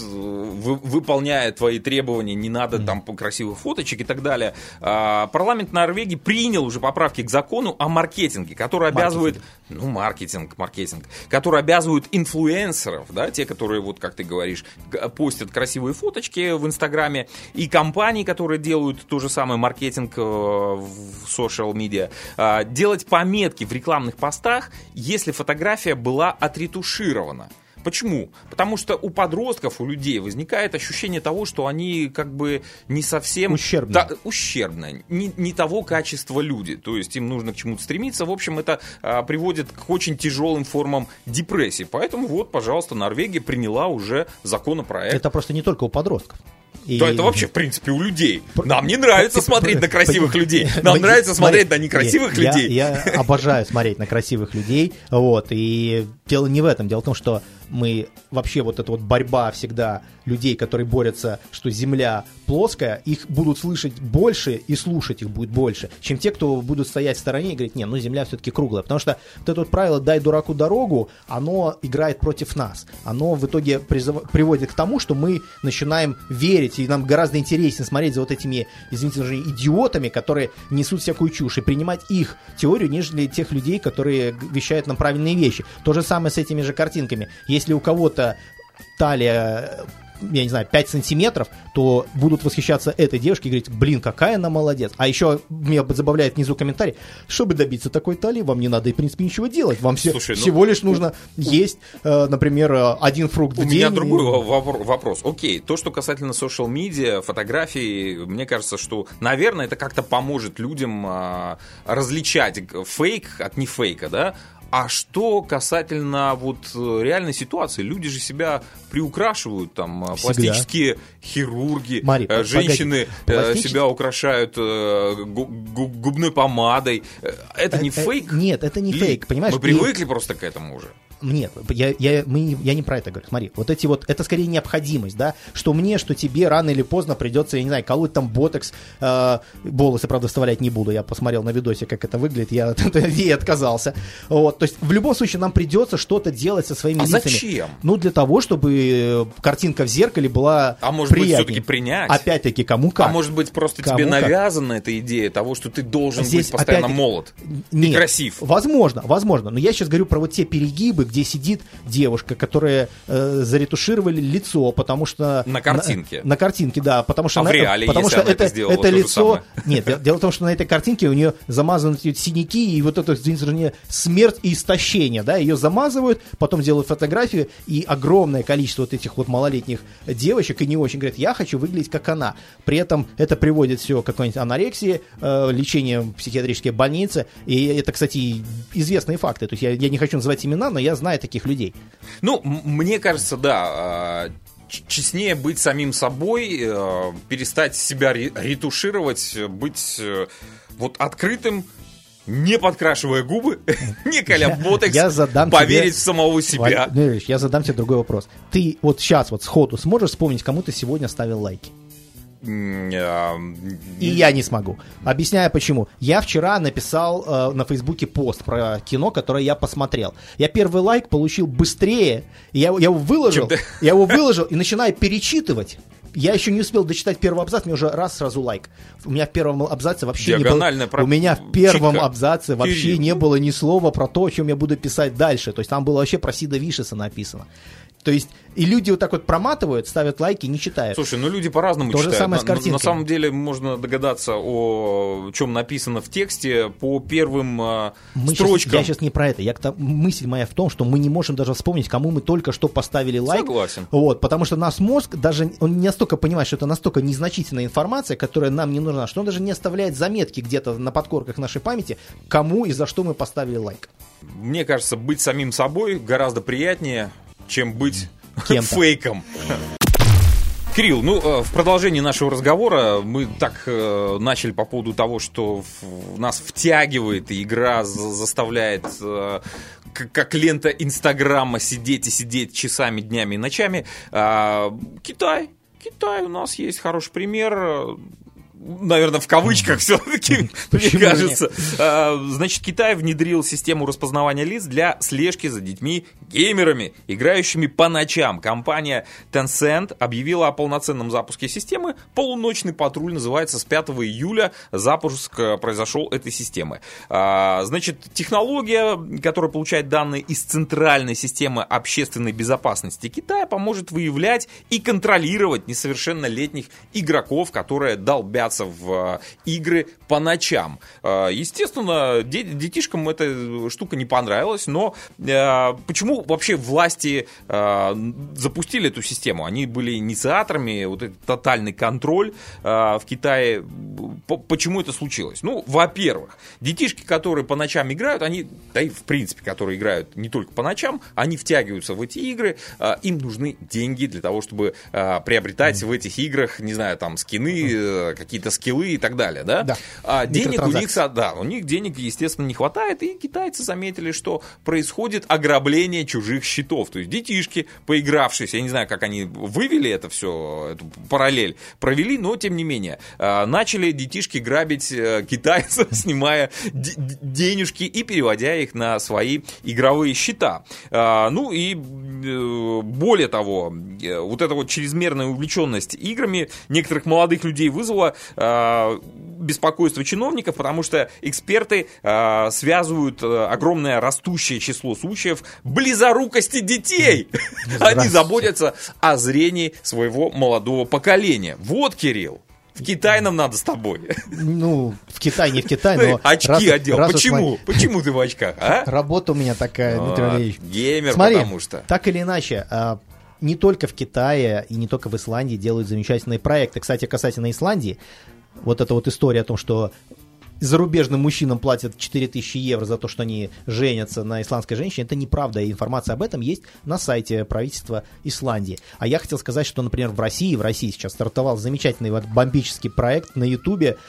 выполняя твои требования, не надо там красивых фоточек и так далее. Парламент Норвегии принял уже поправки к закону о маркетинге, который обязывает... Маркетинг, который обязывает инфлюенсеров, да, те, которые, вот как ты говоришь, постят красивые фоточки в Инстаграме, и компании, которые делают то же самое маркетинг в social media, делать пометки в рекламных постах, если фотография была отретуширована. Почему? Потому что у подростков, у людей возникает ощущение того, что они как бы не совсем... Ущербные. Не того качества люди. То есть им нужно к чему-то стремиться. В общем, это приводит к очень тяжелым формам депрессии. Поэтому вот, пожалуйста, Норвегия приняла уже законопроект. Это просто не только у подростков. Да, это вообще, в принципе, у людей. Нам не нравится смотреть на красивых людей. Нам нравится смотреть на некрасивых людей. Я обожаю смотреть на красивых людей. Вот. И дело не в этом. Дело в том, что мы вообще вот эта вот борьба всегда людей, которые борются, что Земля плоская, их будут слышать больше и слушать их будет больше, чем те, кто будут стоять в стороне и говорить, Земля все-таки круглая. Потому что вот это вот правило «дай дураку дорогу», оно играет против нас. Оно в итоге приводит к тому, что мы начинаем верить, и нам гораздо интереснее смотреть за вот этими, извините, идиотами, которые несут всякую чушь, и принимать их теорию, нежели тех людей, которые вещают нам правильные вещи. То же самое с этими же картинками. Если у кого-то талия я не знаю, 5 сантиметров, то будут восхищаться этой девушкой и говорить, блин, какая она молодец. А еще меня забавляет внизу комментарий, чтобы добиться такой талии, вам не надо, в принципе, ничего делать. Вам всего лишь нужно есть, например, один фрукт в день. У меня другой вопрос. Окей, то, что касательно social-медиа, фотографий, мне кажется, что, наверное, это как-то поможет людям различать фейк от нефейка, да? А что касательно вот реальной ситуации? Люди же себя приукрашивают, там, пластические хирурги, женщины себя украшают губной помадой. Это не фейк? Нет, это не фейк, понимаешь? Мы привыкли просто к этому уже. Нет, я не про это говорю. Смотри, вот эти вот, это скорее необходимость, да, что мне, что тебе рано или поздно придется, я не знаю, колоть там ботокс, волосы, правда, вставлять не буду, я посмотрел на видосе, как это выглядит, я от этой идеи отказался. Вот, то есть, в любом случае, нам придется что-то делать со своими лицами. Зачем? Ну, для того, чтобы картинка в зеркале была может приятнее. Быть, все-таки принять? Опять-таки, кому как. А может быть, просто тебе навязана эта идея того, что ты должен быть постоянно молод и красив? Возможно, но я сейчас говорю про вот те перегибы, где сидит девушка, которая заретушировали лицо, потому что... На картинке. На картинке, да. Потому что в реале, потому что это лицо... Нет, дело в том, что на этой картинке у нее замазаны эти синяки и вот это, смерть и истощение, да, ее замазывают, потом делают фотографию, и огромное количество вот этих вот малолетних девочек, и не очень говорят, я хочу выглядеть как она. При этом это приводит все к какой-нибудь анорексии, лечение в психиатрической больнице, и это, кстати, известные факты. То есть я не хочу называть имена, но я знаю таких людей. Ну, мне кажется, да, честнее быть самим собой, перестать себя ретушировать, быть вот открытым, не подкрашивая губы, не коля ботокс, поверить в самого себя. Валерьевич, я задам тебе другой вопрос. Ты вот сейчас вот сходу сможешь вспомнить, кому ты сегодня ставил лайки? И я не смогу. Объясняю почему. Я вчера написал на Фейсбуке пост про кино, которое я посмотрел. Я первый лайк получил быстрее. Я его выложил и начинаю перечитывать. Я еще не успел дочитать первый абзац, мне уже сразу лайк. У меня в первом абзаце вообще не было. У меня в первом абзаце вообще не было ни слова про то, о чем я буду писать дальше. То есть там было вообще про Сида Вишеса написано. То есть, и люди вот так вот проматывают, ставят лайки, не читают. Слушай, ну люди по-разному читают. То же самое с картинками. На самом деле можно догадаться, о чем написано в тексте по первым строчкам. Я сейчас не про это. Мысль моя в том, что мы не можем даже вспомнить, кому мы только что поставили лайк. Согласен. Вот, потому что наш мозг даже, он не настолько понимает, что это настолько незначительная информация, которая нам не нужна, что он даже не оставляет заметки где-то на подкорках нашей памяти, кому и за что мы поставили лайк. Мне кажется, быть самим собой гораздо приятнее, чем быть фейком. Кирилл, ну, в продолжении нашего разговора мы так начали по поводу того, что нас втягивает, и игра заставляет, как лента Инстаграма, сидеть и сидеть часами, днями и ночами. Китай у нас есть хороший пример. Наверное, в кавычках все-таки, мне кажется. Значит, Китай внедрил систему распознавания лиц для слежки за детьми-геймерами, играющими по ночам. Компания Tencent объявила о полноценном запуске системы. «Полуночный патруль» называется. С 5 июля запуск произошел этой системы. Значит, технология, которая получает данные из центральной системы общественной безопасности Китая, поможет выявлять и контролировать несовершеннолетних игроков, которые долбятся в игры по ночам. Естественно, детишкам эта штука не понравилась, но почему вообще власти запустили эту систему? Они были инициаторами, вот этот тотальный контроль в Китае. Почему это случилось? Ну, во-первых, детишки, которые по ночам играют, они, да и в принципе, которые играют не только по ночам, они втягиваются в эти игры, им нужны деньги для того, чтобы приобретать в этих играх, не знаю, там, скины, какие-то скиллы и так далее, да? Да. Денег у них денег, естественно, не хватает, и китайцы заметили, что происходит ограбление чужих счетов. То есть детишки, поигравшись, я не знаю, как они вывели это все, эту параллель провели, но тем не менее, начали начали детишки грабить китайцев, снимая денежки и переводя их на свои игровые счета. Ну и более того, вот эта вот чрезмерная увлеченность играми некоторых молодых людей вызвала беспокойство чиновников, потому что эксперты связывают огромное растущее число случаев близорукости детей. Они заботятся о зрении своего молодого поколения. Вот, Кирилл. В Китай нам надо с тобой. Ну, в Китай, не в Китай, но... Очки одел. Почему? Почему ты в очках, а? Работа у меня такая, Дмитрий Валерьевич. Геймер, смотри, потому что. Так или иначе, не только в Китае и не только в Исландии делают замечательные проекты. Кстати, касательно Исландии, вот эта вот история о том, что зарубежным мужчинам платят 4000 евро за то, что они женятся на исландской женщине, это неправда, и информация об этом есть на сайте правительства Исландии. А я хотел сказать, что, например, в России сейчас стартовал замечательный вот бомбический проект на Ютубе,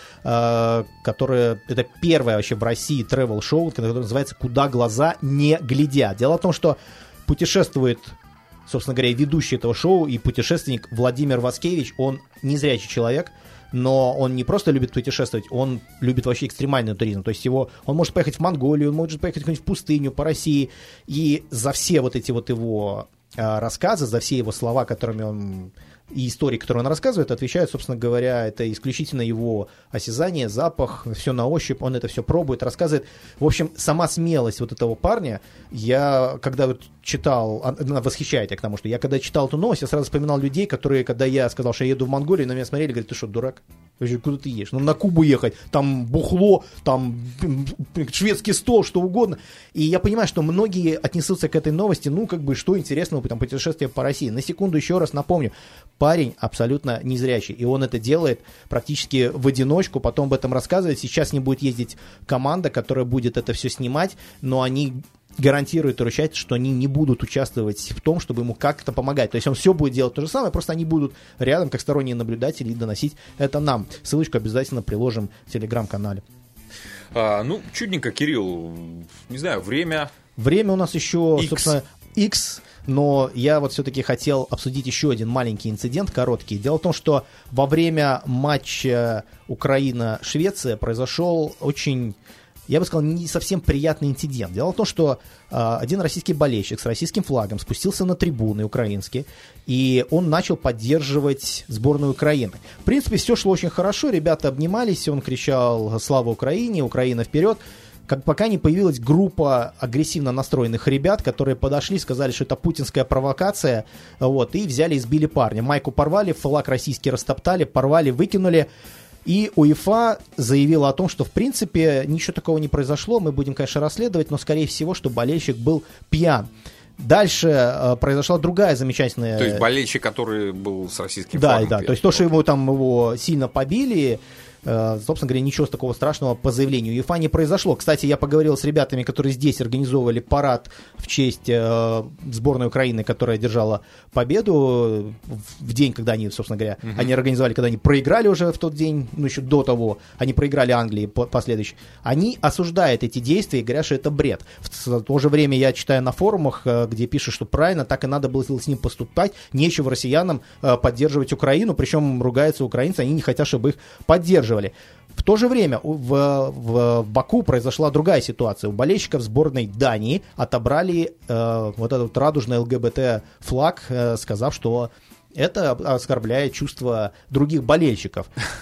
который, это первое вообще в России travel-шоу, которое называется «Куда глаза не глядят». Дело в том, что путешествует, собственно говоря, ведущий этого шоу и путешественник Владимир Васкевич, он незрячий человек, но он не просто любит путешествовать, он любит вообще экстремальный туризм. То есть он может поехать в Монголию, он может поехать в пустыню по России. И за все вот эти вот его рассказы, за все его слова, которыми он и истории, которые он рассказывает, отвечают, собственно говоря, это исключительно его осязание, запах, все на ощупь, он это все пробует, рассказывает. В общем, сама смелость вот этого парня, я когда вот читал, она восхищает, к тому, что я когда читал эту новость, я сразу вспоминал людей, которые, когда я сказал, что я еду в Монголию, на меня смотрели, говорят, ты что, дурак? Куда ты едешь? Ну, на Кубу ехать, там бухло, там шведский стол, что угодно. И я понимаю, что многие отнесутся к этой новости, ну, как бы, что интересного, там, путешествие по России. На секунду еще раз напомню, парень абсолютно незрячий, и он это делает практически в одиночку, потом об этом рассказывает. Сейчас не будет ездить команда, которая будет это все снимать, но они гарантируют и ручают, что они не будут участвовать в том, чтобы ему как-то помогать. То есть он все будет делать то же самое, просто они будут рядом, как сторонние наблюдатели, и доносить это нам. Ссылочку обязательно приложим в телеграм-канале. Ну, чудненько, Кирилл. Не знаю, время... Время у нас еще, собственно, X... Но я вот все-таки хотел обсудить еще один маленький инцидент, короткий. Дело в том, что во время матча Украина-Швеция произошел очень, я бы сказал, не совсем приятный инцидент. Дело в том, что один российский болельщик с российским флагом спустился на трибуны украинские, и он начал поддерживать сборную Украины. В принципе, все шло очень хорошо, ребята обнимались, он кричал «Слава Украине! Украина вперед!». Пока не появилась группа агрессивно настроенных ребят, которые подошли, сказали, что это путинская провокация, вот, и взяли и сбили парня. Майку порвали, флаг российский растоптали, порвали, выкинули. И УЕФА заявила о том, что в принципе ничего такого не произошло, мы будем, конечно, расследовать, но скорее всего, что болельщик был пьян. Дальше произошла другая замечательная... То есть болельщик, который был с российским флагом. Да, то есть то, что его сильно побили... Собственно говоря, ничего такого страшного по заявлению УЕФА не произошло. Кстати, я поговорил с ребятами, которые здесь организовывали парад в честь сборной Украины, которая одержала победу в день, когда они, собственно говоря, они организовали, когда они проиграли уже в тот день, ну еще до того, они проиграли Англии последующий. Они осуждают эти действия и говорят, что это бред. В то же время я читаю на форумах, где пишут, что правильно, так и надо было с ним поступать, нечего россиянам поддерживать Украину, причем ругаются украинцы, они не хотят, чтобы их поддерживали. В то же время в Баку произошла другая ситуация. У болельщиков сборной Дании отобрали вот этот радужный ЛГБТ флаг, сказав, что это оскорбляет чувства других болельщиков.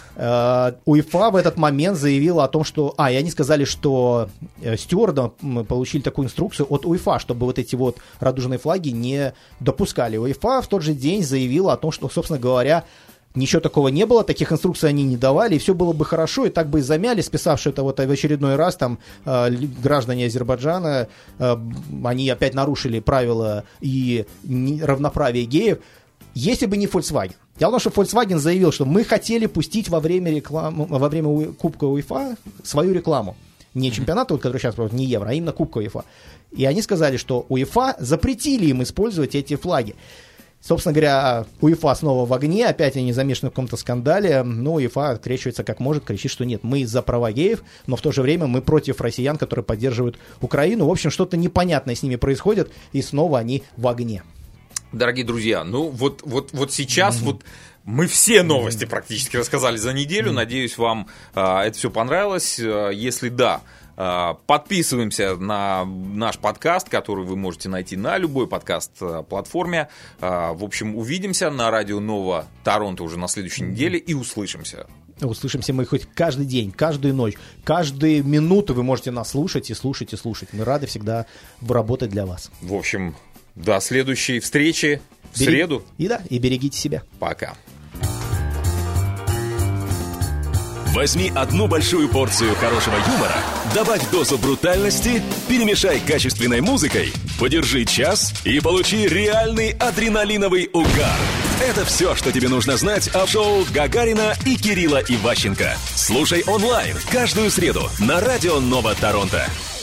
УЕФА в этот момент заявила о том, что... и они сказали, что стюарды получили такую инструкцию от УЕФА, чтобы вот эти вот радужные флаги не допускали. УЕФА в тот же день заявила о том, что, собственно говоря, ничего такого не было, таких инструкций они не давали, и все было бы хорошо, и так бы и замяли, списав, что это вот в очередной раз там граждане Азербайджана, они опять нарушили правила и равноправие геев, если бы не Volkswagen. Дело в том, что Volkswagen заявил, что мы хотели пустить во время Кубка УЕФА свою рекламу. Не чемпионата, который сейчас проводит, не Евро, а именно Кубка УЕФА. И они сказали, что УЕФА запретили им использовать эти флаги. Собственно говоря, УЕФА снова в огне, опять они замешаны в каком-то скандале, но УЕФА открещивается как может, кричит, что нет, мы за права геев, но в то же время мы против россиян, которые поддерживают Украину. В общем, что-то непонятное с ними происходит, и снова они в огне. Дорогие друзья, ну вот сейчас вот Мы все новости практически рассказали за неделю. Надеюсь, вам это все понравилось. Если да, подписываемся на наш подкаст, который вы можете найти на любой подкаст-платформе. В общем, увидимся на радио Нова Торонто уже на следующей неделе и услышимся. Услышимся мы хоть каждый день, каждую ночь, каждую минуту вы можете нас слушать и слушать и слушать. Мы рады всегда работать для вас. В общем, до следующей встречи в среду. И берегите себя. Пока. Возьми одну большую порцию хорошего юмора, добавь дозу брутальности, перемешай качественной музыкой, подержи час и получи реальный адреналиновый угар. Это все, что тебе нужно знать о шоу Гагарина и Кирилла Иващенко. Слушай онлайн каждую среду на радио Нова Торонто.